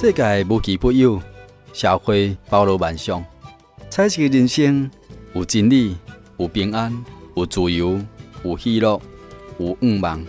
世界无奇不有，社会包罗万象。彩色的人生有真理，有平安，有自由，有喜乐，有愿望。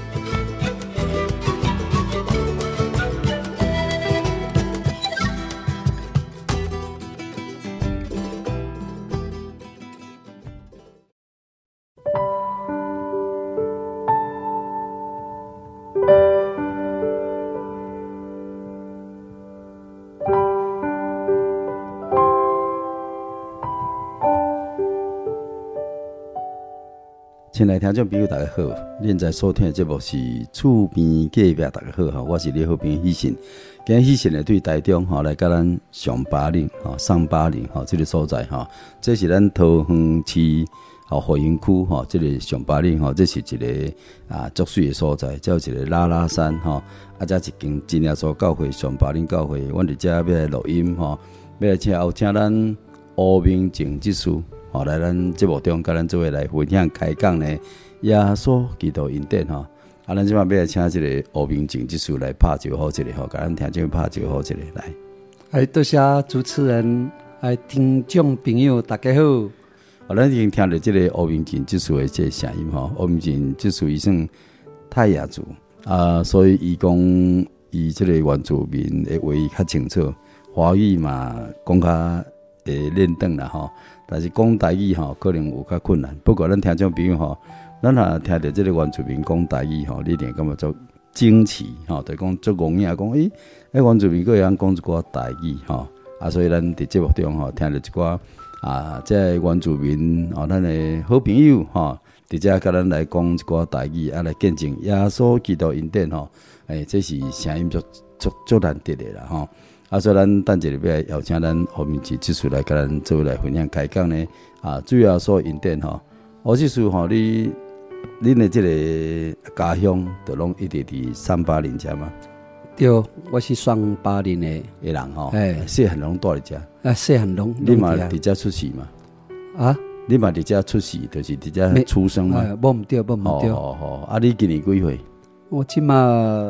亲爱的听众朋友，大家好！现在收听的节目是《厝边隔壁》，大家好，我是你好朋友喜信。今日喜信呢，对台中来甲咱上巴岭上巴岭这个所在这是咱桃园市花园区这个上巴岭这是一个足水的所在，叫一个拉拉山这一间真耶稣教会上巴岭教会，阮伫遮要来录音要来请咱吴明静执事。来咱节目中，甲咱做伙来分享开讲呢，耶稣基督恩典咱即摆要来请这个吴明静执事来拍招呼一下甲咱听众拍招呼一下来。 多谢主持人，听众朋友大家好。 咱已经听到这个吴明静执事的这个声音吴明静执事伊算泰雅族所以伊讲伊这个原住民的话较清楚，华语嘛讲较会练转啦但是讲台语可能有较困难。不过咱听众朋友咱也听到这个原住民讲台语你一定感觉足惊奇就讲足戆影讲原住民佫会晓讲一寡台语所以咱伫节目中听到一寡这原住民咱的好朋友伫遮甲咱来讲一寡台语来见证耶稣基督恩典这是声音足难得的啦所以咱等一下要来邀请咱吴明静执事来甲咱做来分享开讲呢主要所恩典吴执事恁的这个家乡就拢一直伫三巴岭遮吗？ 对，我是双巴岭的人细汉拢住伫遮细汉拢你嘛伫遮出世嘛？你嘛伫遮出世，就是伫遮出生嘛？ 无毋对你今年几岁？ 我即嘛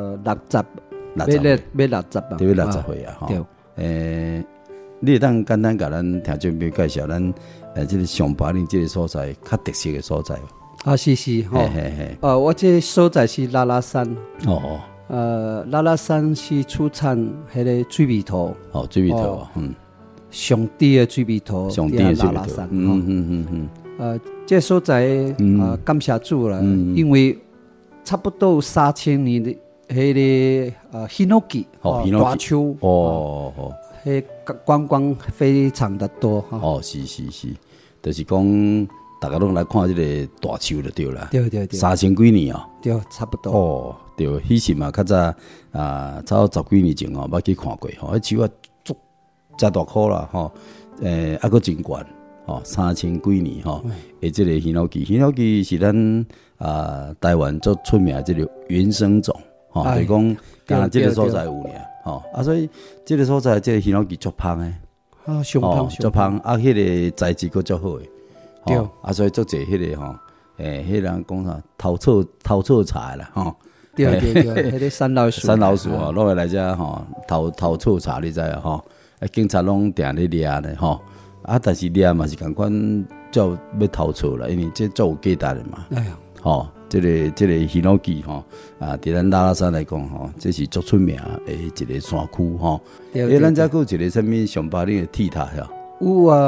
60要60吧， 对，60岁对。 你会当简单甲咱听众朋友介绍咱这个上巴岭这个所在较特色的所在是我这所在是拉拉山拉拉山是出产迄个水蜜桃水蜜桃上帝的水蜜桃拉拉山这所在感谢主啦因为差不多3000年的迄个ヒノキ大树迄观光非常的多是，就是讲大家拢来看这个大树就对了。 对 3000几年对，差不多对，迄时嘛较早早10几年前捌去看过迄树足真大棵啦佫真悬3000几年这个ヒノキ是咱台湾足出名的这个原生种就是讲敢这个所在有尔所以这个所在这个ヒノキ足芳的上芳足芳迄个材质佫足好的对所以足侪迄个迄人讲啥头错茶啦对迄个山老鼠拢会来遮头错茶你知警察拢定咧抓咧但是抓嘛是共款叫要头错啦，因为这足有价值的嘛这个ヒノキ伫咱拉拉山来讲这是足出名的一个山区咱遮佫有一个什么上巴岭的铁塔有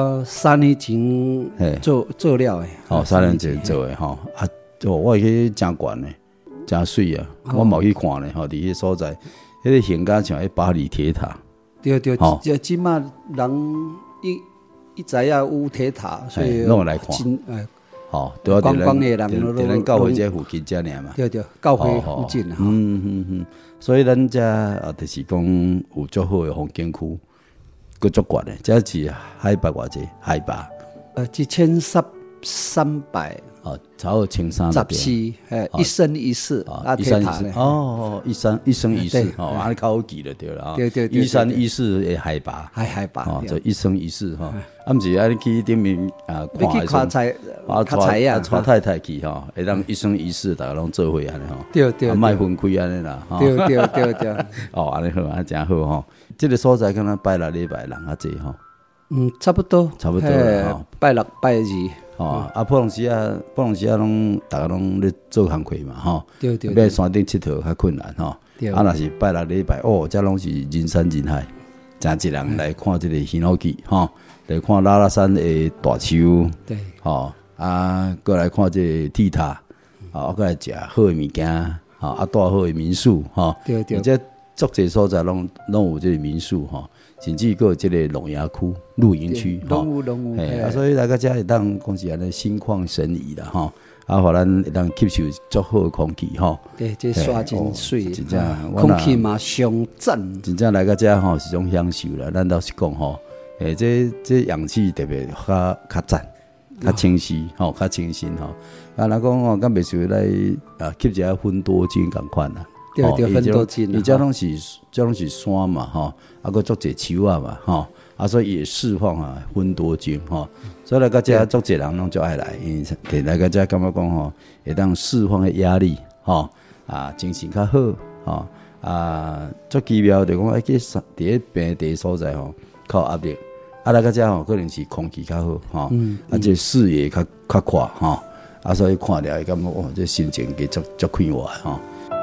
3年前做了的 3年前做的我会去真悬的真水我嘛有去看咧伫迄所在迄个形甲像巴黎铁塔对即马人一知影有铁塔所以拢会来看对观光的人伫咱教会这附近遮尔嘛对教会附近所以咱遮就是讲有足好的风景区佫足悬的，这是海拔偌济？海拔 1300 哦，差不多青山十四，一生一世一生一世哦，一生一世哦，安尼较好记就对了啊。 对， 一生一世的海拔，哦，就一生一世哈。啊，毋是安尼去顶面啊， 看菜，呀， 带太太去吼，会当一生一世，大家拢做伙安尼吼。 对， 卖分开安尼啦。 对。 哦，安尼好，安真好吼。这个所在敢若拜六礼拜人较济吼。 差不多啦。 拜六拜二。 哦，普隆时啊，拢大家拢咧做工课嘛，吼。 对。 要山顶佚佗较困难吼。啊，若是拜六礼拜，哦，这拢是人山人海，真一人来看这个仙后记，吼，来看拉拉山的大树， 对， 吼，啊，过来看这个铁塔，啊，过来食好的物件，吼，啊，住好的民宿，吼， 对。 而且足侪所在拢有这个民宿，吼。甚至个这个龙牙窟露营区， 拢有， 所以来个遮会当讲是安尼心旷神怡啦，吼，啊，互咱会当吸收足好的空气，吼。 对，这刷真水， 真正空气嘛上赞。 真正来个遮吼是种享受啦，咱倒是讲吼，这氧气特别较赞，较清晰，吼，较清新吼。啊，若讲吼，敢袂输来吸一下芬多精共款啦。 对，芬多精。 伊这拢是山嘛，吼，啊，个足侪树啊嘛，吼，啊，所以也释放芬多精，吼，所以来个遮足侪人拢就爱来，因为来个遮感觉讲吼，会当释放的压力，吼，啊，精神较好，吼，啊，足奇妙就讲去伫咧平地所在吼，较压力，啊，来个遮吼可能是空气较好，吼，啊，这视野较宽，吼，啊，所以看了感觉哦，这心情给足快活，吼。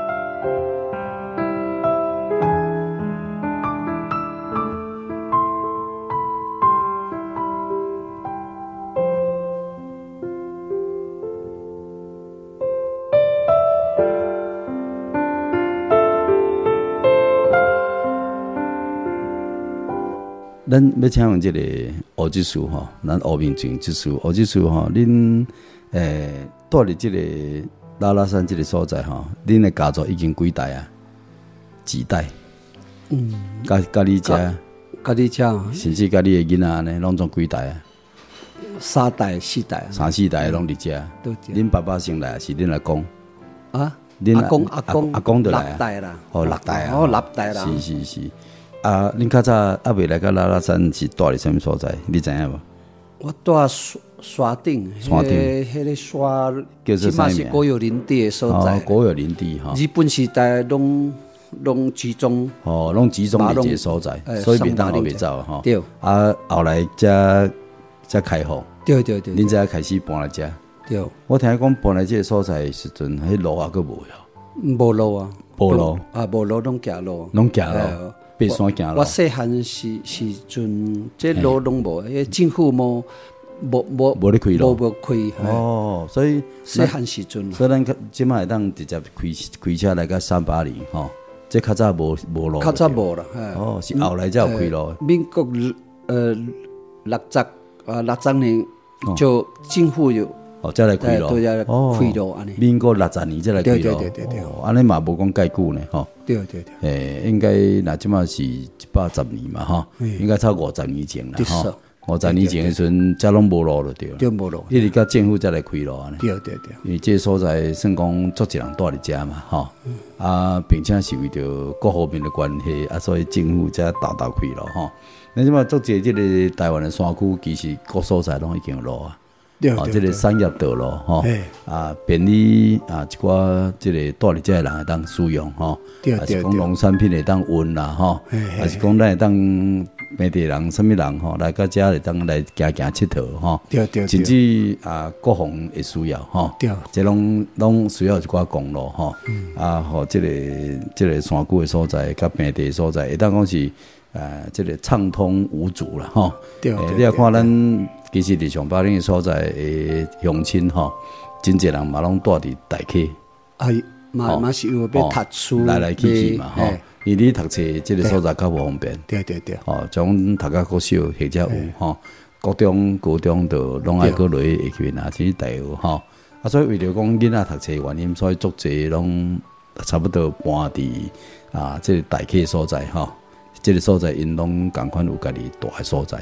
咱要请问这个乌质树吼，咱乌面泉质树，乌质树吼，恁住伫这个拉拉山这个所在吼，恁的家族已经几代啊？几代？甲你家，甚至甲你的囡仔呢，拢总几代啊 ？3代4代 ，3、4代拢伫遮。恁爸爸先来，是恁阿公啊？ 阿公就来 6代啦。 哦，6代啊。 6代啦。 是。啊，恁较早未来到拉拉山是住伫什么所在？你知影无？ 我住山顶，迄个山叫做啥名？是国有林地的所在。 国有林地哈。 日本时代拢集中。 拢集中伫一个所在，所以免当后袂走哈。 对。 啊，后来才开放。 对。 恁才开始搬来遮。 对。 我听讲搬来这个所在时阵，迄路还佫无哟。 无路啊。 无路拢行路。 爬山行路。 我细汉时阵，这路拢无，因为政府无咧开路， 无开。 哦，所以细汉时阵， 所以咱即摆会当直接开车来到380吼，这较早无路。 较早无啦。 哦，是后来才有开路。 民国60年就政府有。 再来开路， 开路安尼。 民国60年再来开路， 对， 安尼嘛无讲介久呢，吼。 对。 应该那即马是110年嘛，吼，应该超50年前啦，吼。50年前的时阵，遮拢无路了，对。 对，无路。 一直到政府再来开路安尼。 对。 因为这所在算讲足一人住伫遮嘛，吼。啊，并且是为着各方面的关系，啊，所以政府才大开路，吼。那即马足侪即个台湾的山区，其实各所在拢已经有路啊。这个商业道路吼，便利一寡这个住伫遮的人会当使用吼，还是讲农产品会当运啦吼，还是讲咱会当本地人什么人吼来到遮会当来行佚佗吼，甚至国防会需要吼，这拢需要一寡公路吼，和这个山区的所在，甲本地的所在，会当讲是这个畅通无阻啦吼，你要看咱。其实伫上巴岭的所在的乡亲吼，真侪人嘛拢住伫大溪， 嘛是有要读书来去嘛吼，因为你读册这个所在较无方便。 对， 从读到国小或者有吼，国中、高中都拢爱过落去下去拿去大学吼，所以为了讲囡仔读册原因，所以足侪拢差不多搬伫这个大溪所在吼，这个所在因拢共款有家己大的所在。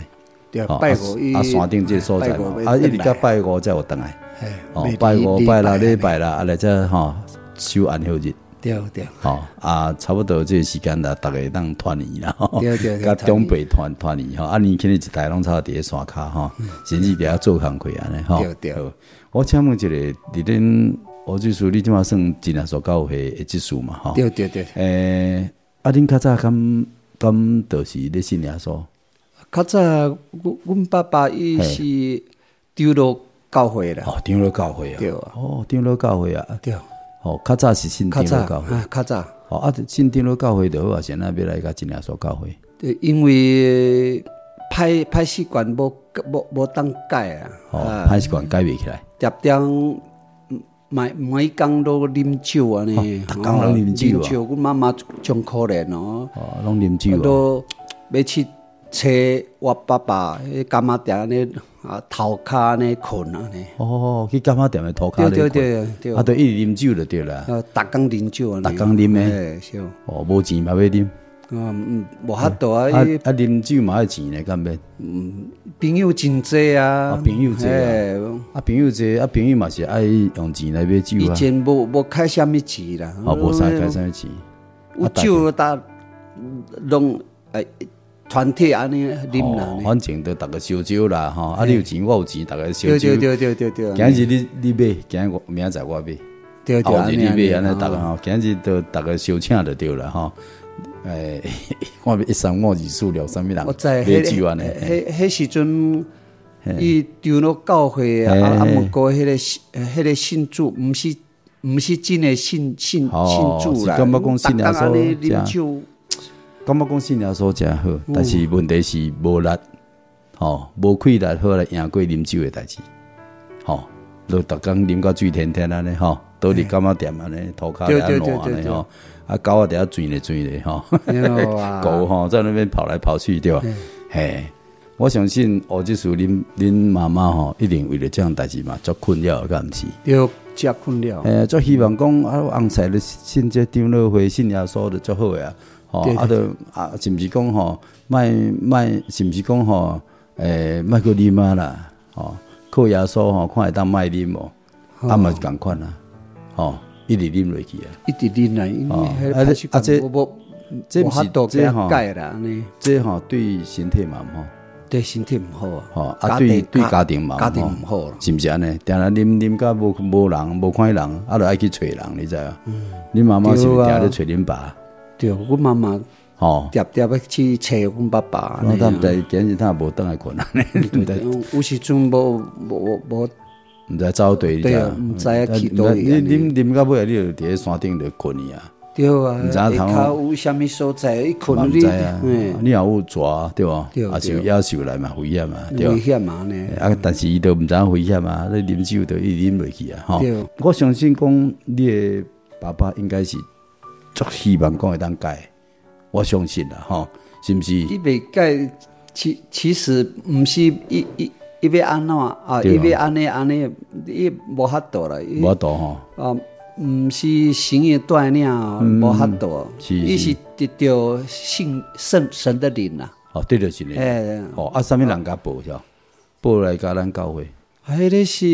对，拜五山顶这所在嘛，一直到拜五才有回来。拜五、拜六、礼拜啦，来这守安休日。 对， 差不多这个时间啦，大家当团圆啦， 对， 甲长辈团圆年轻的一代拢差伫山骹甚至伫遐做工课安尼对。 我请问一个，伫恁吴技术，你即马算真耶稣教会的技术嘛？ 对。 恁较早敢就是咧信耶稣？ 较早，阮爸爸伊是长老教会啦。 长老教会啊。 对啊。 长老教会啊。 对。 较早是信长老教会。 较早。 信长老教会就好啊，现在要来甲真耶稣教会。 对，因为歹习惯无当改啊。歹习惯改袂起来。 常每工都啉酒安尼。 逐工拢啉酒啊。 阮妈妈真可怜拢啉酒啊。 都要去找我爸爸，迄柑仔店安尼头骹安尼困安尼。 去柑仔店的头骹咧困。 对。 就一直啉酒就对啦。 逐工啉酒安尼。 逐工啉诶。 是。 无钱嘛要啉。 无法度啊！ 啉酒嘛要钱咧，敢免？ 朋友真济啊！ 朋友济啊！朋友济啊！朋友嘛是爱用钱来买酒啊！ 以前无开啥物钱啦。 无啥开啥物钱。 有酒拢团体安尼啉啦。 反正都逐个烧酒啦，你有钱我有钱，逐个烧酒。 对。 今日你买，今日明仔载我买。 对。 后日你买安尼，逐个今日都逐个烧请就对啦看一三五二四六什么人？ 我知，迄时阵，伊长老教会毋过迄个信主，毋是真的信主啦。 感觉讲信耶稣啉酒， 感觉讲信耶稣真好，但是问题是无力，无气力好来赢过啉酒的代志，都逐工啉到醉天天安尼倒伫柑仔店安尼，涂骹咧安烂安尼狗仔伫遐转咧狗在那边跑来跑去对吧？我相信即事恁妈妈一定为了这样代志嘛，足困扰敢毋是？ 对，足困扰。 足希望讲翁婿咧信这长老会信耶稣就足好诶是毋是讲是毋是讲莫去啉啊啦？靠耶稣看会当莫啉无？嘛是共款啦，一直啉落去啊！ 一直啉啦，因为这不是这改啦，呢。 这对身体嘛毋好， 对身体毋好啊。对家庭嘛毋好， 是毋是安尼？定来啉甲无人无看人，就爱去找人，你知啊？恁妈妈是毋是定咧找恁爸？ 对，阮妈妈常要去找阮爸爸。 我毋知今日他无倒来困啊？ 有时阵无。 毋知走对， 对啊，毋知影去倒去。 你啉到尾，你就伫咧山顶就困去啊。 对啊， 毋知影头有啥物所在，伊困你。你也有抓对吧？也是有野兽来嘛，危险嘛，对吧？ 危险嘛呢。 但是伊都毋知影危险嘛，你啉酒就一直啉落去啊。我相信讲你的爸爸应该是足希望讲会当改，我相信啦，是毋是？ 伊袂改，其实毋是伊要安怎伊要安尼，伊无法度啦。 无法度毋是神的带领无法度。伊是得到神的灵啦。 对着神的。啥物人甲报是吧？报来甲咱教会。 迄个是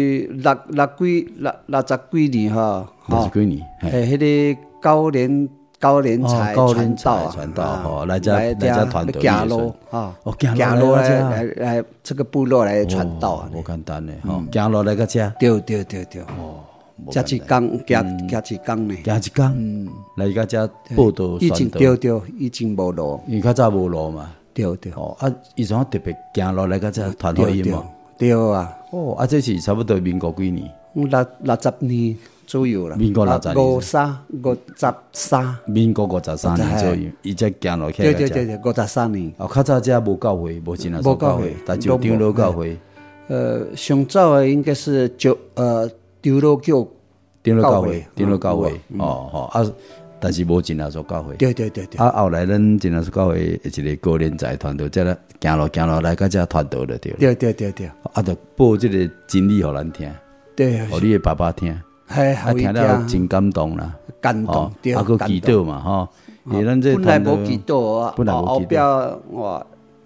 60几年 60几年。 迄个高年才传道来这团队行路行路来这个部落来传道啊， 无简单的行路来个遮， 对，加一工加一工呢， 加一工，来个遮报道传道， 对，已经无路， 因为较早无路嘛， 对， 伊种特别行路来个遮团队音嘛， 对啊， 这是差不多民国几年 ？60年。左右啦， 民国60 年，53， 民国53年左右，伊才行落去。 对，53年。 较早遮无教会，无真啊，无教会，但就长老教会。 上早的应该是长老教会， 但是无真啊，所教会。 对。 后来咱真啊，所教会一个高年仔团队，再来行路来个遮团队了，对。就报这个真理互咱听， 对， 互你的爸爸听。听了真感动啦， 感动， 还佫祈祷嘛，因为咱这本来无祈祷后壁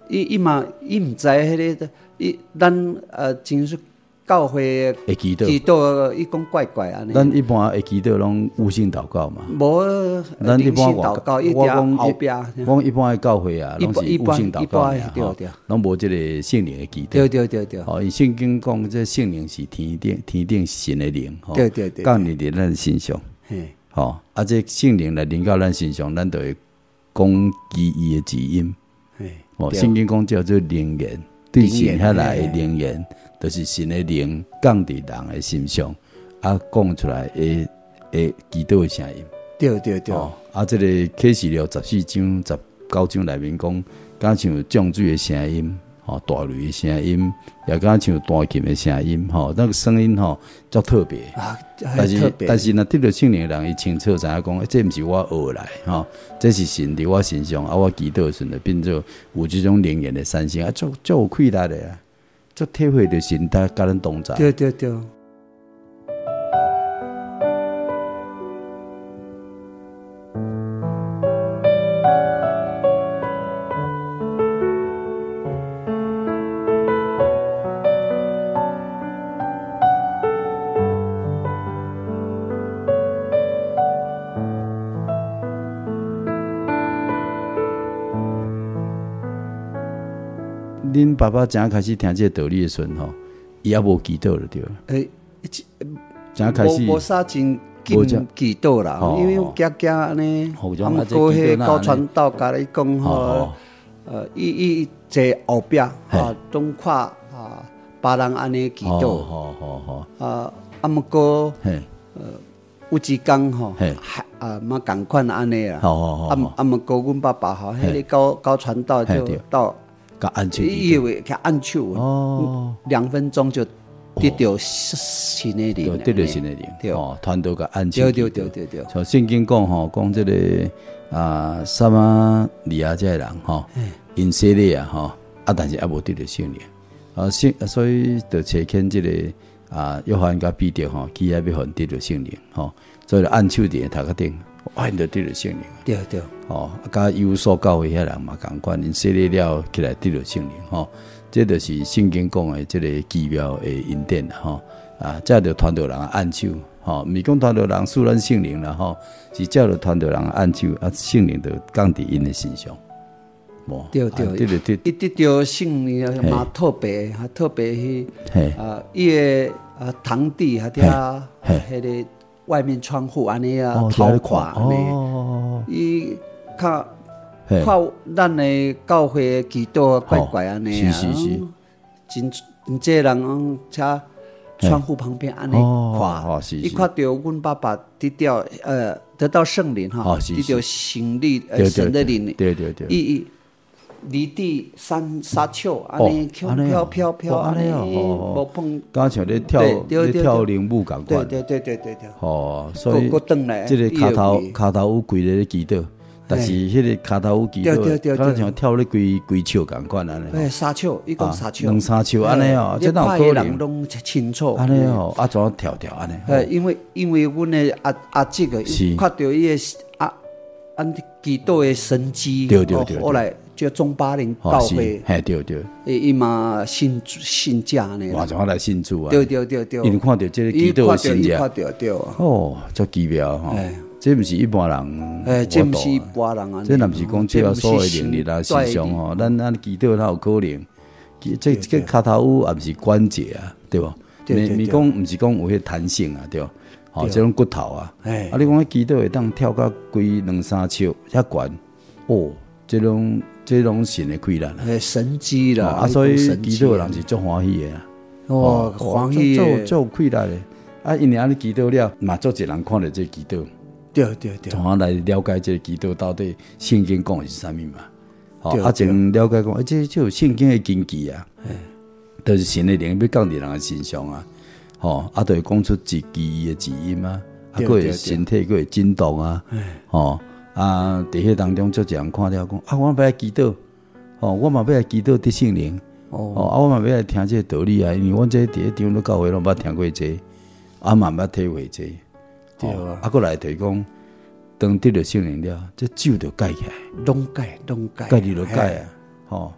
伊毋知迄个咱真是教会会祈祷，伊讲怪怪安尼。 咱一般会祈祷拢无性祷告嘛。 无， 咱一般祷告一定后壁。 我一般的教会啊，拢是无性祷告呀， 对， 拢无即个圣灵的祈祷。 对。 哦，伊圣经讲，这圣灵是天顶神的灵， 对， 降临伫咱身上。 嘿， 吼，这圣灵来临到咱身上，咱就会讲伊的指引。哦，圣经讲叫做灵言，对神遐来的灵言，就是神的灵降伫人的心上，讲出来的祈祷的声音。 对。 哦，这个启示录14章、19章内面讲，敢像降水的声音，大雷的声音，也敢像弹琴的声音，那个声音足特别。但是若得到圣灵的人，伊清楚知影讲，这不是我学来，这是神伫我身上，我祈祷的时阵变做有这种灵验的产生，足有气力的啊，足体会到神甲咱同在。 对。 恁爸爸怎开始听这个道理的时候，伊也无祈祷了对。怎开始？ 无啥真紧祈祷啦，因为行安尼，过迄高传道甲你讲伊坐后壁拢看别人安尼祈祷，毋过有一天嘛共款安尼啦，毋过阮爸爸迄个高传道就到。伊以为按手，2分钟就得到新的灵， 得到新的灵，传道甲按手， 对。 像圣经讲这个撒玛利亚这人因色列但是也无得到圣灵所以就找见这个约翰甲彼得去遐要互得到圣灵所以就按手伫头壳顶。因就得到圣灵， 对， 甲有所教会遐人嘛共款，因洗礼了起来得到圣灵，这就是圣经讲的这个奇妙的恩典这就传道人按手，毋是讲传道人赐咱圣灵啦是照着传道人按手，圣灵就降伫因的身上。 对，伊得到圣灵嘛特别去伊的堂弟遐迄个。外面窗户安尼透看安尼，伊较咱的教会祈祷怪安尼是， 真这人车窗户旁边安尼看，伊看到阮爸爸得到圣灵得到神力神的灵， 对， 伊离地三笑安尼飘安尼，无碰， 刚像咧跳灵舞共款。 对。 所以这个骹头有跪咧祈祷，但是迄个骹头有祈祷，刚像跳咧跪笑共款安尼。 三笑，伊讲三笑， 两三笑安尼这哪有可能？ 拢清楚安尼怎跳安尼？ 因为阮的阿叔个看到伊的按祈祷的神迹， 对， 后来。就中巴林教会， 对， 伊嘛信假呢， 哇，怎来信主啊？ 对， 因看到这个祈祷的信假， 对， 足奇妙这不是一般人， 这不是一般人啊， 这若不是讲这所有灵力啦、思想咱祈祷哪有可能？这个骹头也不是关节啊，对不？你讲不是讲有迄弹性啊，对吧？这种骨头啊，你讲祈祷会当跳到规2、3尺遐悬，这种神的亏难神迹啦， 所以祈祷的人是足欢喜的欢喜的， 足有亏难的因为安尼祈祷了，嘛足一人看到这祈祷， 对， 从来了解这祈祷到底圣经讲的是啥物嘛？前了解讲，这有圣经的根基啊，都是神的灵要降伫人的身上就会讲出一句的字音啊，还会身体还会震动啊，伫迄当中，足一人看了讲我要来祈祷，我嘛要来祈祷得圣灵，我嘛要来听这个道理啊，因为阮这伫迄场咧教会拢捌听过这，嘛捌体会这， 对啊， 过来就是讲，当得到圣灵了，这酒就解起来， 拢解， 解你就解啊，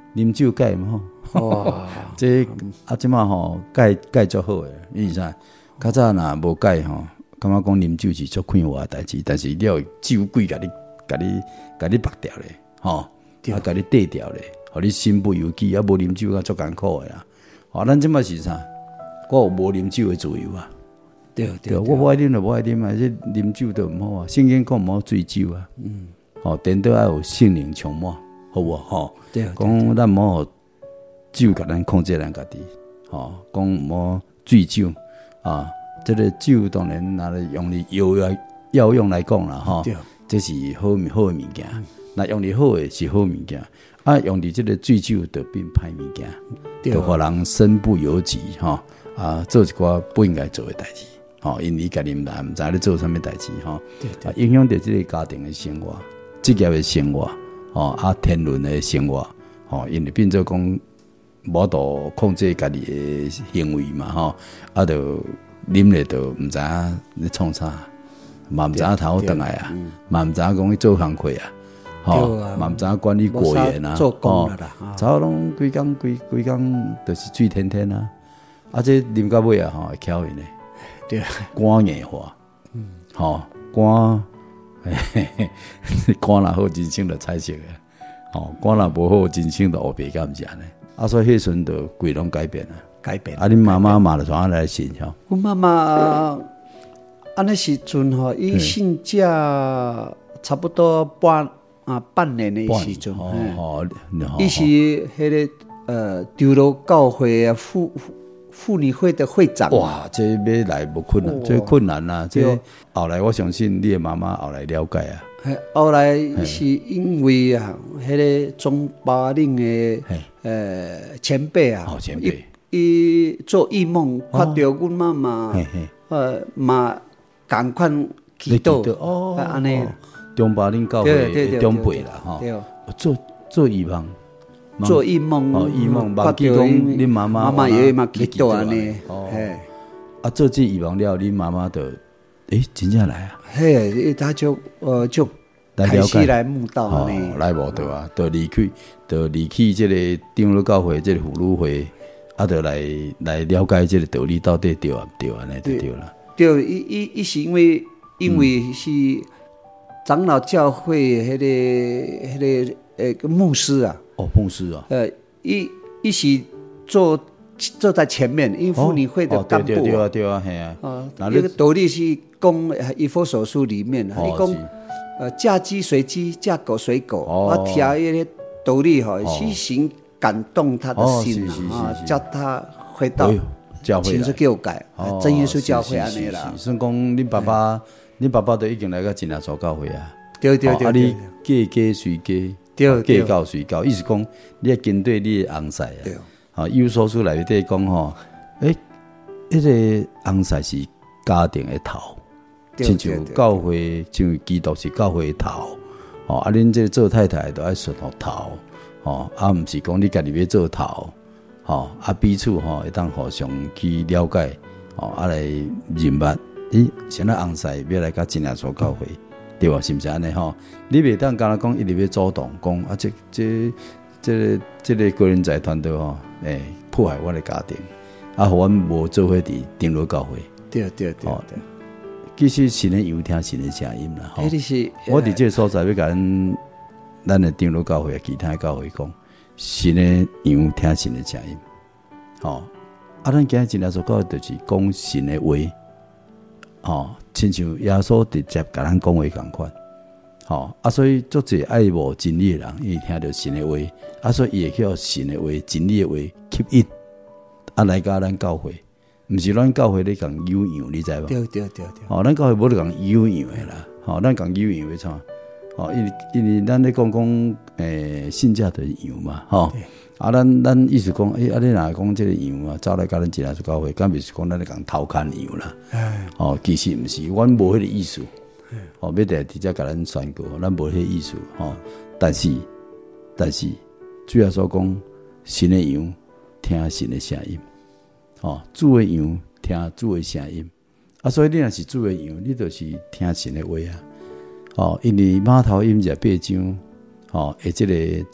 啉酒解嘛吼。哇，这即马吼解足好诶，因为啥？较早若无解吼，感觉讲啉酒是足快活诶代志，但是了酒鬼甲你拔掉咧，吼，甲你缀掉咧，互你身不由己，啊无啉酒啊足艰苦诶啊。吼，咱即马是啥？我有无啉酒诶自由啊。对，我无爱啉就无爱啉啊，这啉酒都毋好啊。圣经讲毋好醉酒啊。颠倒要有圣灵充满，好无吼？讲咱毋好酒甲咱控制咱家己，吼，讲毋好醉酒啊。这个酒当然拿来用哩药用来讲啦，吼，这是好的物件。那用哩好的是好物件，啊，用哩这个醉酒就变歹物件，就互人身不由己，吼啊，做一寡不应该做的代志。吼，因为家己毋知咧做啥物代志，吼，啊，影响到即个家庭的生活、职业的生活，吼，啊，天伦的生活，吼，因为变做讲无度控制家己的行为嘛，吼，啊，就啉咧就毋知影咧创啥，嘛毋知影头倒来啊，嘛毋知影讲去做工课啊，吼，嘛毋知影管理果园啊， 吼， 早拢规工就是醉天天啊，啊，这啉到尾啊，吼，会巧因咧。对，肝硬化，吼，肝若好，人生就彩色诶，吼，肝若无好，人生就黑白感是安尼。啊，所以迄阵就规拢改变了。啊，恁妈妈嘛就怎样来信吼？ 阮妈妈安尼时阵吼，伊信假差不多半年的时阵，伊是迄个丢罗教会啊妇女会的会长。 哇，这要来不困难，这困难啊！这后来我相信你的妈妈后来了解啊。 后来是因为啊，迄个中巴岭的前辈啊， 前辈， 伊做异梦，看到阮妈妈，嘛赶快祈祷，安尼。 中巴岭教会的长辈啦，哈，做异梦。 做异梦， 忘记讲恁妈妈也嘛祈祷安尼， 啊，做这异梦了，恁妈妈就真正来啊， 他就开始来慕道安尼， 来慕道啊，就离去这个长老教会，这个妇女会，啊，就来了解这个道理到底对啊不对，安尼就对了。 对，伊是因为是长老教会迄个牧师啊。 牧师啊， 一起坐在前面，因为妇女会的干部， 对啊，系啊。 那个道理是讲以弗所书里面，你讲嫁鸡随鸡，嫁狗随狗，我听一些道理哈，去行感动他的心啊，叫他回到教会， 亲自教改，真耶稣教会安尼啦。 算讲恁爸爸都已经来到真耶稣教会啊。 对， 啊，你嫁随嫁。计较随教，意思讲你要跟对你的翁婿啊。好，有所书内底讲吼，迄个翁婿是家庭的头，亲像教会，像基督是教会的头。哦，啊，恁这做太太都要顺服头，哦，啊，毋是讲你家己要做头，哦，啊，彼此吼会当互相去了解，哦，啊来认捌，现在翁婿要来甲真耶稣教会。对吧？是不是安尼吼？你袂当干那讲，一直要主动讲啊！这个个人财团队吼，破坏我的家庭，啊，互阮无做伙伫长老教会。 对。 其实神的羊听神的声音啦，吼。我伫这个所在要甲咱的长老教会、其他教会讲，神的羊听神的声音。吼，啊，咱今日真耶稣教会就是讲神的话。哦，亲像耶稣直接甲咱讲话共款，吼啊，所以足侪爱慕真理的人，伊听到神的话，啊，所以伊会叫神的话、真理的话吸引，啊来甲咱教会，毋是咱教会咧共有样，你知无？ 对。 吼，咱教会无咧共有样的啦，吼，咱共有样要创，吼，因为咱咧讲信价就是羊嘛，吼。啊，咱意思讲，啊，你若讲这个羊啊，走来甲咱真耶稣教会，敢袂是讲咱咧共偷看羊啦？哦，其实毋是，阮无迄个意思。哦，要直接甲咱宣告，咱无迄个意思。哦，但是，主要所讲，神的羊听神的声音，哦，主的羊听主的声音。啊，所以你若是主的羊，你就是听神的话啊。哦，因为马头音节八章，哦，这个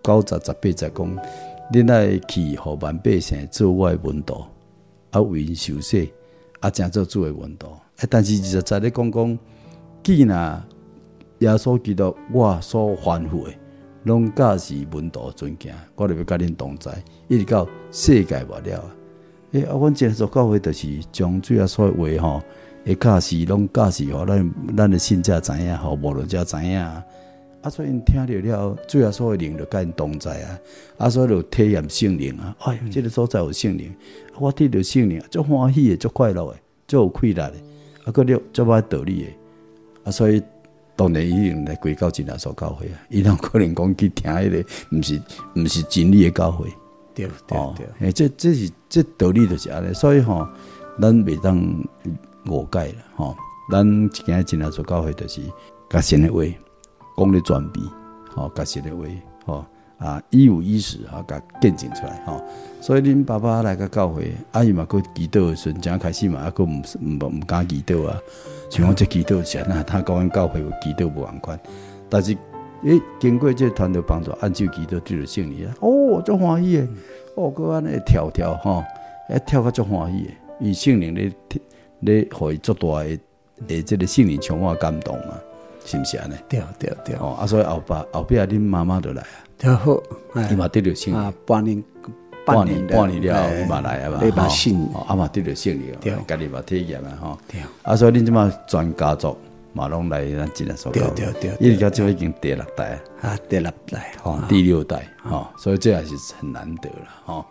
90、18才讲，恁爱去互万百姓做我的门徒，为因受洗，真做主的门徒。但是20咧讲，既然耶稣基督我所吩咐的，拢假是门徒尊敬，我就要甲恁同在，一直到世界末了。阮这所教会就是将主耶稣的话会假是拢假是互咱的信者知影，互无论者知影。所以因听着了，主耶稣的灵就甲因同在所以就体验圣灵这个所在有圣灵，我得到圣灵，足欢喜的，足快乐的，足有快力的，佫了足捌道理的所以当然伊用来归到真耶稣教会伊拢可能讲去听迄个，毋是真理的教会。 对， 这道理就是安尼，所以咱袂当误解啦咱一间真耶稣教会就是甲神的话讲咧全备甲神的话一五一十甲见证出来所以恁爸爸来个教会伊嘛佫祈祷的时阵，正开始嘛佫毋敢祈祷像我这祈祷是安他甲阮教会有祈祷无共款，但是经过这团队帮助，按照祈祷得到圣灵足欢喜的佫安尼跳跳跳甲足欢喜的，伊圣灵咧互伊足大的这个圣灵充满感动是毋是安尼？ 对所以后壁恁妈妈就来就好， 伊嘛得到圣灵半年了，伊嘛来嘛， 你嘛信嘛得到圣灵，家己嘛体验所以恁即马全家族嘛拢来咱真耶稣教会，伊直到即已经第6代第6代第6代所以这也是很难得了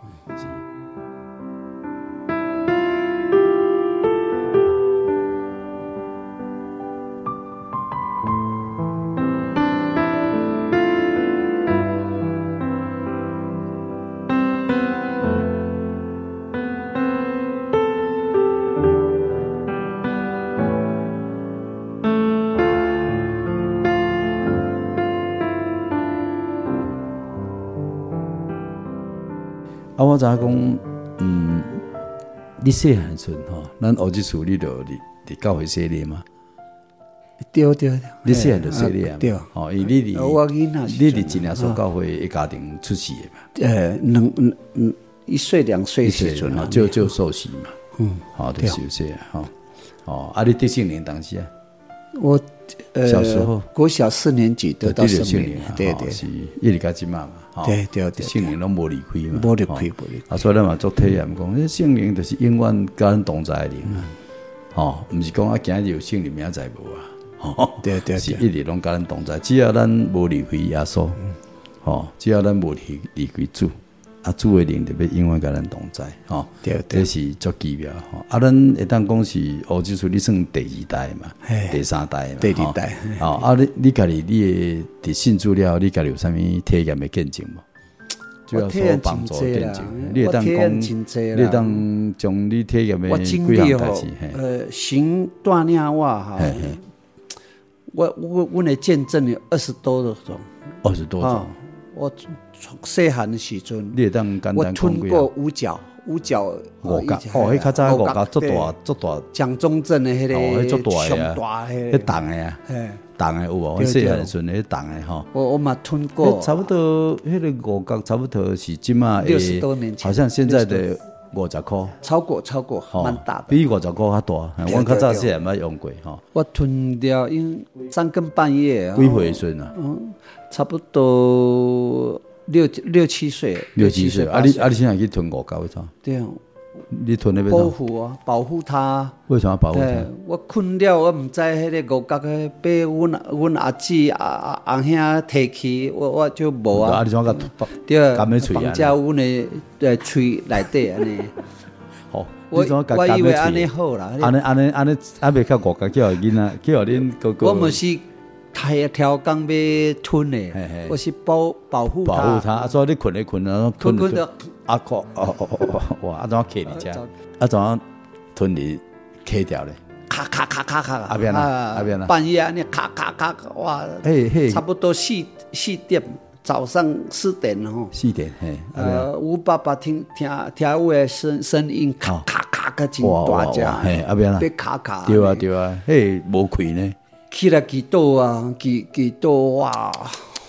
我知影讲，你细汉时阵咱学即厝你就伫教会洗礼吗？ 对， 你细汉就洗礼对因为你伫真耶稣教会的家庭出世的嘛？1岁2岁时阵就受洗嘛，就受洗你得圣灵当时我小时候国小4年级得到圣灵，对， 是一直到即嘛嘛， 对， 圣灵拢无离开嘛， 无离开， 所以咱嘛做体验讲，圣灵就是永远甲咱同在的灵毋是讲今日有圣灵，明仔载无对， 是一直拢甲咱同在，只要咱无离开耶稣，只要咱无离开主。主的灵就要永远甲咱同在对， 这是足奇妙咱会当讲是即厝你算第2代嘛，第3代嘛， 第2代你家己你伫信主了，你家己有啥物体验的见证无？主要所帮助的见证，你会当讲，你会当将你体验的几项代志神带领阮的见证有20多种。我从细汉的时阵， 你会当简单我吞过五角， 迄较早五角足大， 蒋中正的迄个足大迄重的重的有无？我细汉的时阵，迄重的我嘛吞过， 差不多迄个五角差不多是即马 60多年前， 好像现在的50块， 超过，蛮大的， 比50块较大。我较早细汉捌用过我吞掉，因3更半夜几岁时阵差不多6、7岁。 6、7岁你现在去吞五角的对你吞那边保护它。 为什么保护它？ 我困了，我唔知迄个五角的被阮阿姊阿兄提起，我就无你怎个对，绑架阮的喙内底安尼。我以为安尼好啦， 安尼未较五角叫囡仔叫恁哥哥。 我唔是挑工要吞的，我是保护它，所以你困吞着哇，怎克你遮？怎吞你克掉咧？ 咔咔咔咔咔， 阿边啊， 半夜安尼咔咔咔，哇，差不多4点，早上4点 4点， 我爸爸听有的声音，咔咔咔个真大只， 阿边啊， 被咔咔， 对啊，无开呢。 起来祈祷啊，祈祷哇！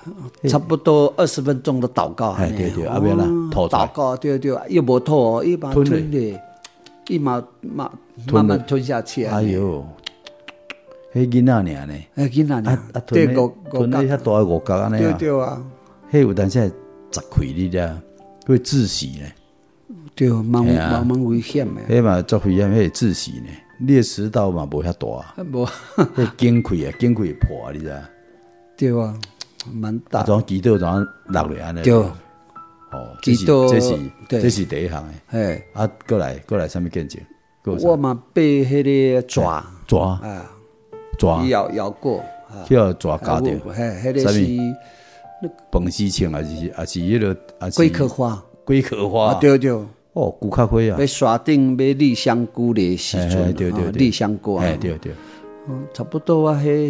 差不多20分钟的祷告。 对对，啊，免啦，吐出来。 祷告，对对，又无吐哦，伊把吞的，伊慢慢吞下去。 哎呦，迄囡仔尔呢？ 囡仔呢？ 吞那遐大五角安尼对对啊， 迄有当时会砸开你了，会窒息呢。 对，蛮危险的。 迄嘛作危险，迄会窒息呢。你的食道嘛无遐大， 无， 迄颈溃会破，你知道？ 对啊，蛮大。 种祈祷怎落来安尼？ 对， 祈祷这是第一项诶。啊，过来，什么见证？ 我嘛被迄个抓咬过， 叫抓咬着。 迄个是饭丝青还是迄个龟壳花？ 龟壳花， 对对。 哦，骨壳花啊！ 要刷顶要立香菇的时阵， 对， 立香菇啊， 对， 差不多啊，迄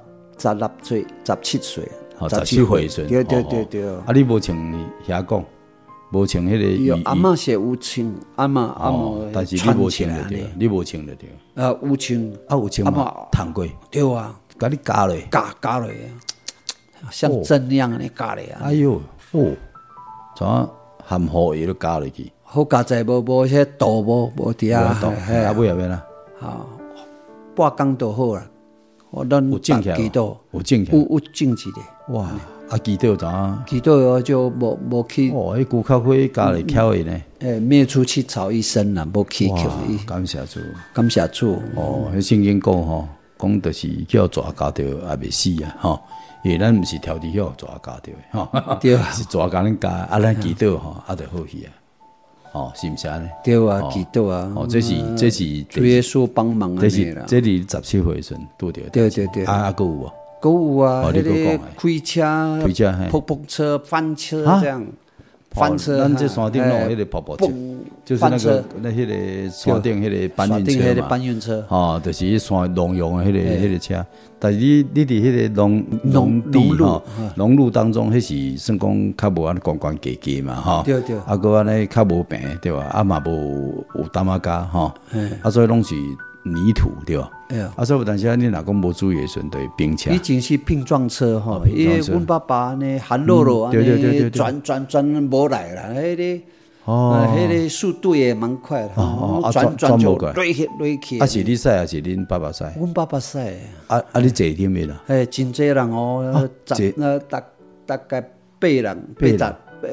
16岁、17岁 ，17岁时， 对。 啊，你无穿遐讲，无穿迄个有阿嬷是有穿，阿嬷， 但是你无穿就对，你无穿就对。 有穿， 有穿嘛？烫过， 对啊， 甲你加落， 加落，像针那样的加落啊！ 哎呦，怎含糊伊都加落去。 好加在无迄度无伫啊， 啊尾后面啦， 半工就好啦。我咱有种起来，有种起来。 哇！啊，祈祷怎啊？ 祈祷就无去。 迄骨壳花加嚟巧的呢？ 灭出去草一身啦，无去求伊。 感谢主， 感谢主。 迄圣经讲吼，讲就是叫抓交着也袂死啊，吼。因为咱毋是挑伫遐抓交着吼， 对， 是抓甲咱加，啊，咱祈祷吼，啊，就好去啊。是毋是安尼？ 对啊，祈祷啊！ 这是主耶稣帮忙啊！ 这是17岁时拄着。 对。 啊，还有无？ 有啊，迄个开车、碰车、翻车这样，翻车。 咱这山顶弄迄个跑车，就是那迄个山顶迄个搬运车嘛。就是山农用的迄个车。但是你伫迄个农路当中，迄是算讲较无安关格嘛，吼。 对。 啊，搁安尼较无平，对吧？啊嘛无担仔架，吼。啊，所以拢是泥土，对吧？啊，所以有当时你若讲无注意的时阵，对冰车。 以前是拼装车吼，因为阮爸爸呢寒落安尼转无来啦，迄个。迄个速度也蛮快的，转就累去。 是你驶还是恁爸爸驶？ 阮爸爸驶。 你坐点没啦？ 真济人哦，大概8人，10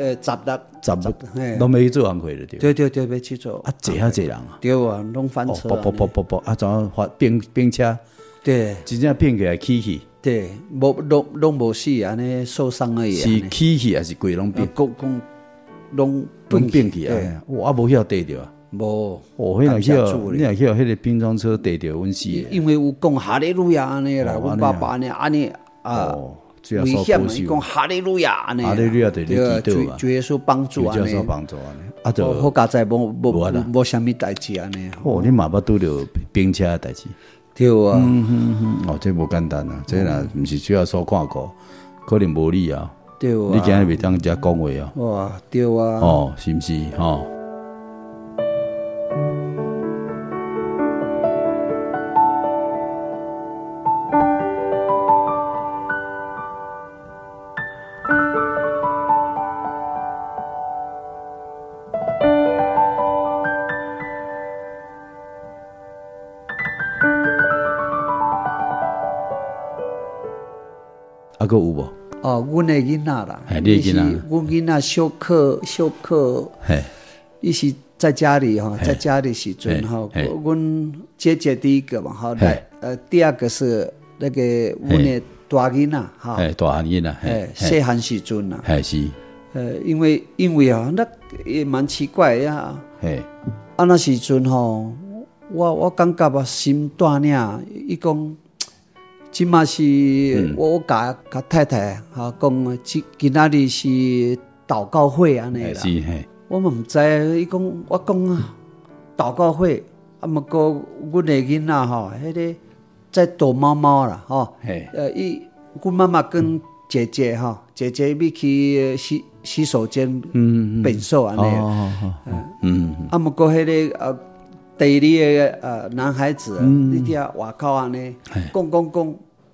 拢要去做工课了， 对，要去做。 坐遐济人啊？ 对啊，拢翻车。 不，怎样发冰车？ 对， 真正拼起来起去。 对，拢无死，安尼受伤而已。 是起去还是规拢变？ 拢变去啊！我无晓地着啊， 无。 你若晓迄个拼装车地着阮死。 因为有讲哈利路亚安尼啦，阮爸爸呢安尼危险嘛，伊讲哈利路亚安尼。 哈利路亚对你祈祷嘛， 主耶稣帮助安尼。啊，就好佳在无啥物代志安尼。 你嘛捌拄着冰车的代志？ 对啊。 这无简单啊，这若毋是需要所看过，可能无你啊。 对啊， 你今日袂当遮讲话啊？ 哇，对啊， 是毋是？还佫有无？ 阮的囡仔啦， 你的囡仔， 阮囡仔小课，伊是在家里哈，在家里时阵哈，阮姐姐第一个嘛哈，第二个是那个阮的大囡仔哈， 大汉囡仔， 细汉时阵啦， 是， 因为啊，那也蛮奇怪呀，那时阵吼，我感觉啊心大领，伊讲。即嘛是我甲太太讲，今仔日是祷告会安尼啦。 是我嘛毋知，伊讲我讲啊，祷告会，啊，毋过阮的囡仔吼，迄个在躲猫猫啦，吼。阮妈妈跟姐姐要去洗手间便所安尼。啊，毋过迄个第二个男孩子，你伫外口安尼讲。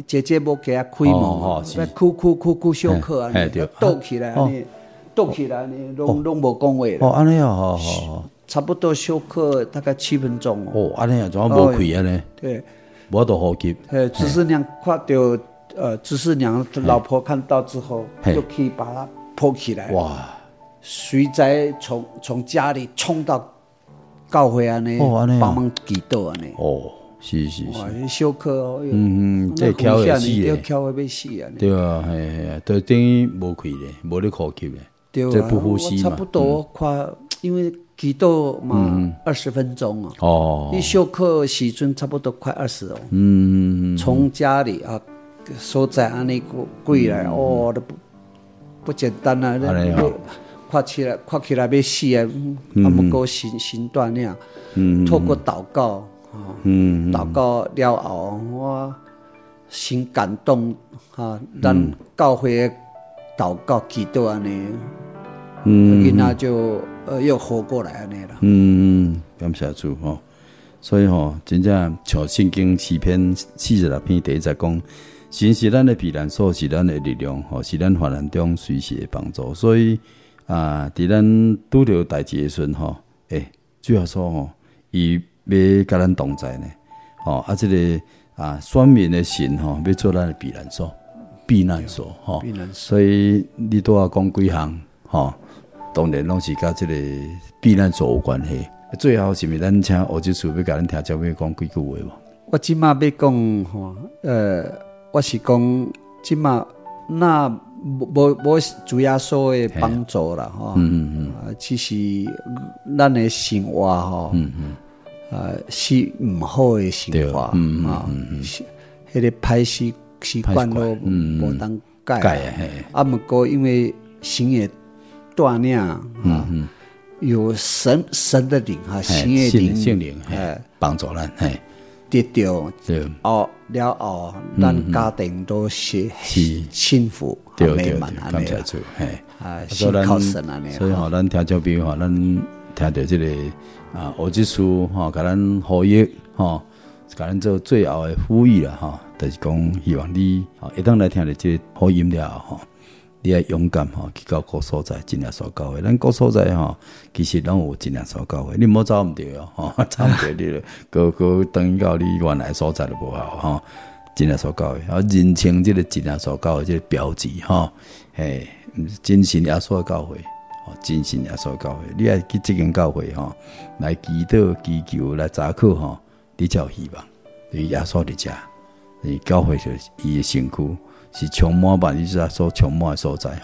姐姐无给他开门，哭小可啊，倒起来安尼，拢无讲话啦。安尼哦， 差不多小可大概7分钟哦。安尼啊，怎啊无开安尼？ 对， 无得呼吸。 执事娘看到执事娘老婆看到之后，就可以把他抱起来。 哇！ 随在从家里冲到教会安尼，帮忙祈祷安尼。 哦，是。 哇，小可这巧会死咧，巧会要死啊！ 对啊，系，都等于无开咧，无咧呼吸咧， 对啊， 不呼吸嘛。 差不多快，因为祈祷嘛，20分钟啊。 哦， 你小可时阵差不多快20哦。从家里啊，所在安尼过来，都不简单啊！看起来要死啊！不过心断了。透过祷告，祷告了后，我心感动啊！咱教会的祷告祈祷安尼，囡仔就又活过来安尼啦。 感谢主吼！所以吼，真正像圣经诗篇46篇第1节讲，神是咱的避难所，是咱的力量，吼，是咱患难中随时的帮助。所以伫咱拄着代志的时阵吼，主要说吼，伊要甲咱同在呢，吼这个选民的神吼，要做咱的避难所，吼。所以你拄仔讲几项吼，当然拢是甲这个避难所有关系。最后是毋是咱请欧基叔要甲咱听教要讲几句话无？ 我即马要讲吼，我是讲即马那无主要所的帮助啦吼。其实咱的生活吼，是毋好的生活迄个歹习惯都无当改啊。毋过因为神的带领有神的灵神的灵圣灵帮助咱得到了后，咱家庭都是幸福美满安尼是靠神安尼。 所以咱听众朋友咱听到这个欧基叔甲咱呼吁甲咱做最后的呼吁啦就是讲希望你会当来听到这福音了后你要勇敢去到各所在真耶稣教会。咱各所在其实拢有真耶稣教会，你莫走唔对走唔对你个等于到你原来所在就无好真耶稣教会，认清这个真耶稣教会这个标志真信耶稣教会，真信耶稣教会，你要去这间教会来祈祷祈求来查考你才有希望。对耶稣伫遮，教会就是伊的身躯。是充满万意思所充满的所在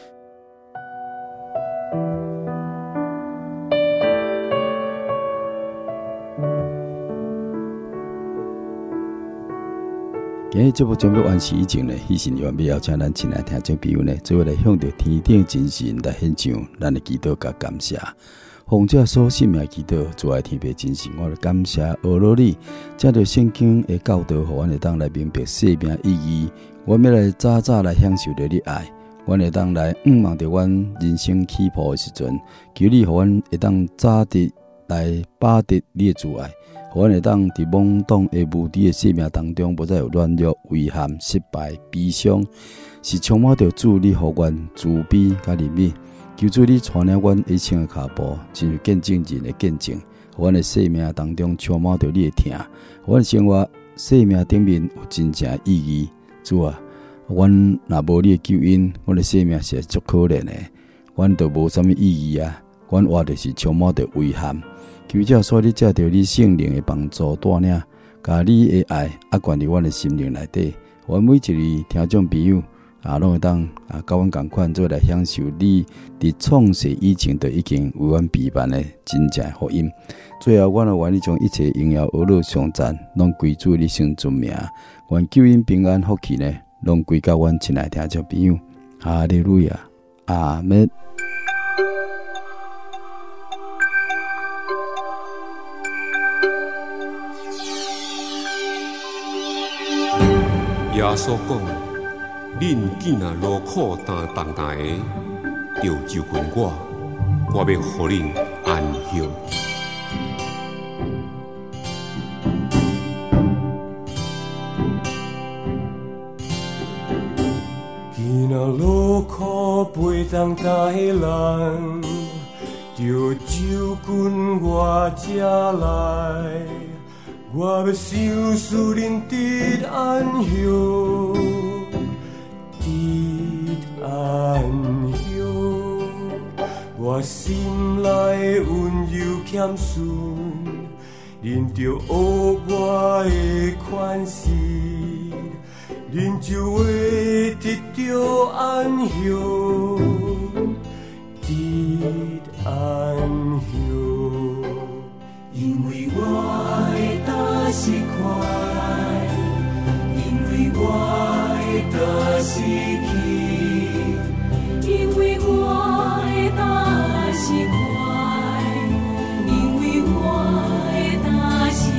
今日节目准备完事以前呢，希神愿要邀请咱亲爱听众朋友呢，做伙来向着天顶真神来献上咱的祈祷甲感谢。奉这所信命祈祷，主爱天父真神，我来感谢俄罗你，借着圣经的教导，互阮会当来明白生命意义。我要来早来享受着你爱，阮会当来望着阮人生起步的时阵，求你互阮会当早日来把得你的慈爱，互阮会当伫懵懂的无知的生命当中，不再有软弱、遗憾、失败、悲伤，是充满着主你互阮慈悲甲怜悯。求主你带领阮一生的脚步，进入见证人的见证，互阮的生命当中充满着你的疼，互阮生活生命顶面有真正意义。主啊，阮若无你的救恩，阮的生命是足可怜的，阮就无啥物意义啊！阮活就是充满着遗憾。求这所你借着你圣灵的帮助带领，甲你的爱灌入阮的心灵内底，阮每一个听众朋友拢会当甲阮同款做来享受你伫创世以前就已经为阮备办的真正福音。最后，阮愿意将一切荣耀、恶乐、颂赞，拢归主你圣尊名。愿救恩、平安、福气呢，拢归到阮亲爱听众朋友。哈利路亚，阿门。 耶稣讲：“恁囝仔劳苦担重担的，就就近我要互恁安息。” 当台人，着酒君我才来。我要想思念得安乡，得安乡。我心内温柔欠顺，恁着学我的款式，恁就会得到安乡，得安乡。因为我的大是快，因为我的大是轻，因为我的大是快，因为我的大是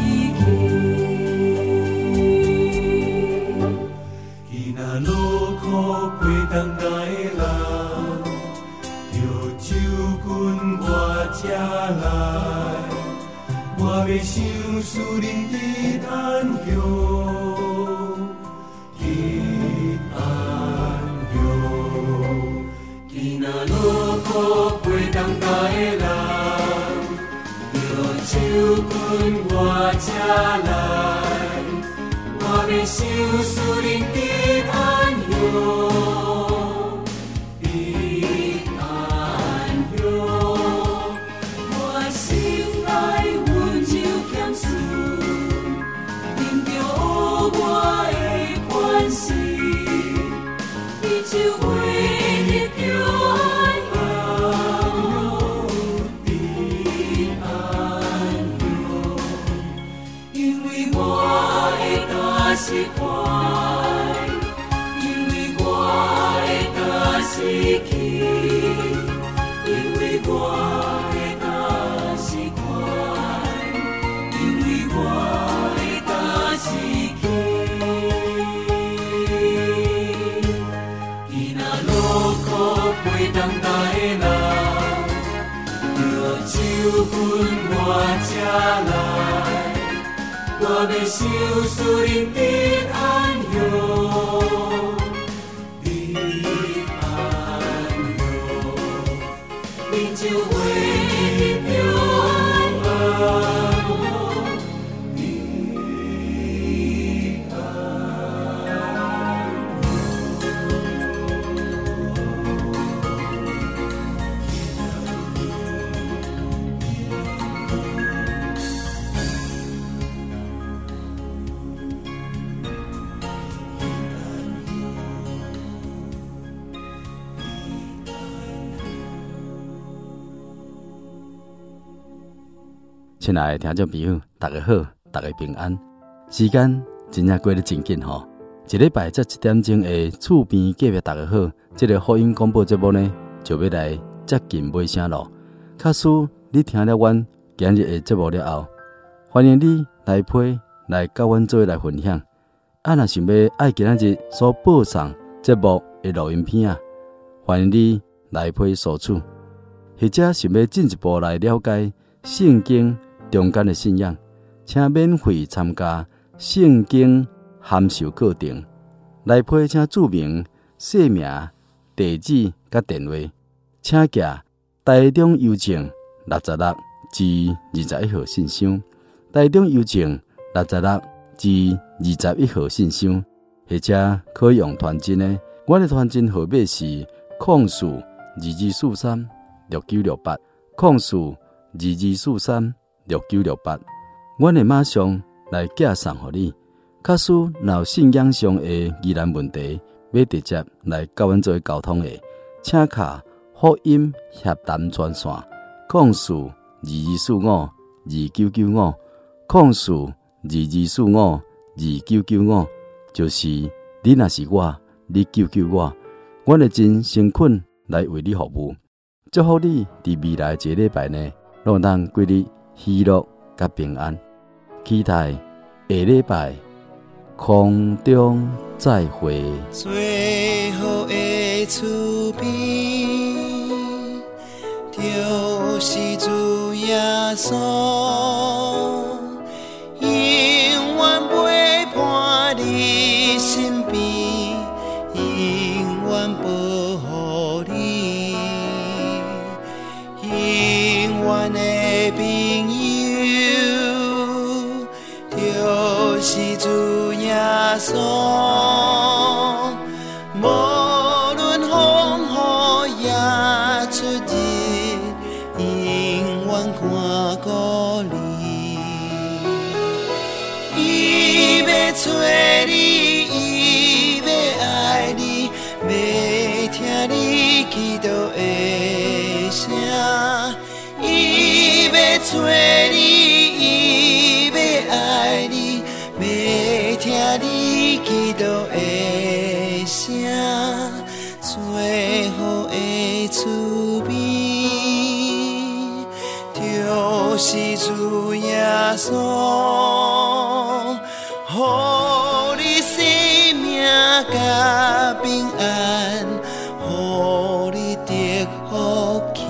轻。今仔路苦陪当台人，着酒君我才来。我要想思念得安乡，得安乡。今仔路苦陪当台人，着酒君我才来。我要想思念得安乡，得安乡。我心内温柔欠顺，恁着学我的款式，你就会得到安乡，得安乡。因为我的大是快，因为我的大是轻，因为我的大是快，因为我的大是轻。今仔路苦陪当台人，着酒君我才来。我要想思念得安乡，得安乡，恁就会得到安乡，得安亲爱的听众朋友，大家好，大家平安。时间真正过得真紧吼，一礼拜这1点钟的厝边隔壁大家好，这个福音广播节目呢，就要来接近尾声咯。假使你听了阮今日的节目了后，欢迎你来陪来跟阮做来分享。若想要爱今仔日所播送节目的录音片啊，欢迎你来陪索取，或者想要进一步来了解圣经中间的信仰，请免费参加圣经函授课程。来配请注明姓名、地址甲电话，请寄台中邮政66至21号信箱，台中邮政66至21号信箱，或者可以用传真的。我的传真号码是0422436968，0422436968。我会马上来寄送给你。假使有信仰上的疑难问题，要直接来跟阮做沟通的，请卡福音协谈专线，0422452995，0422452995，就是你若是我，你救救我，我会真诚恳来为你服务。祝福你伫未来一个礼拜内，让咱过日喜乐甲平安。期待下礼拜空中再会。 最后的厝边，就是主耶稣，永远陪伴你身边，永远保护你。 就是主耶稣，无论风雨也出日，永远看顾你。伊要找你，伊要爱你，要听你祈祷的声。伊要找你，伊要爱你，要听你祈祷的声，最好的滋味，就是主耶稣，予你生命甲平安，予你得福气。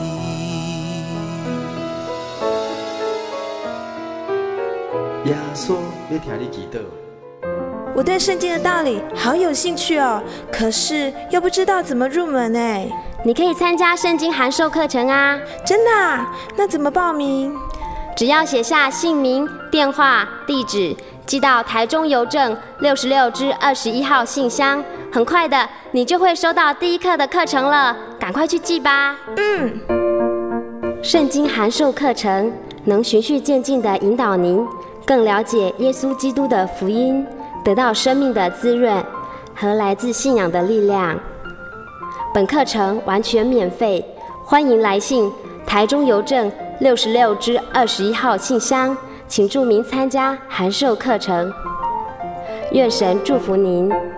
耶稣要听你祈祷。 我对圣经的道理好有兴趣哦，可是又不知道怎么入门哎。 你可以参加圣经函授课程啊！ 真的啊？那怎么报名？ 只要写下姓名、电话、地址，寄到台中邮政66支21号信箱，很快的你就会收到第一课的课程了，赶快去寄吧。圣经函授课程能循序渐进地引导您更了解耶稣基督的福音，得到生命的滋润和来自信仰的力量。本课程完全免费，欢迎来信台中邮政66支21号信箱，请注明参加函授课程。愿神祝福您。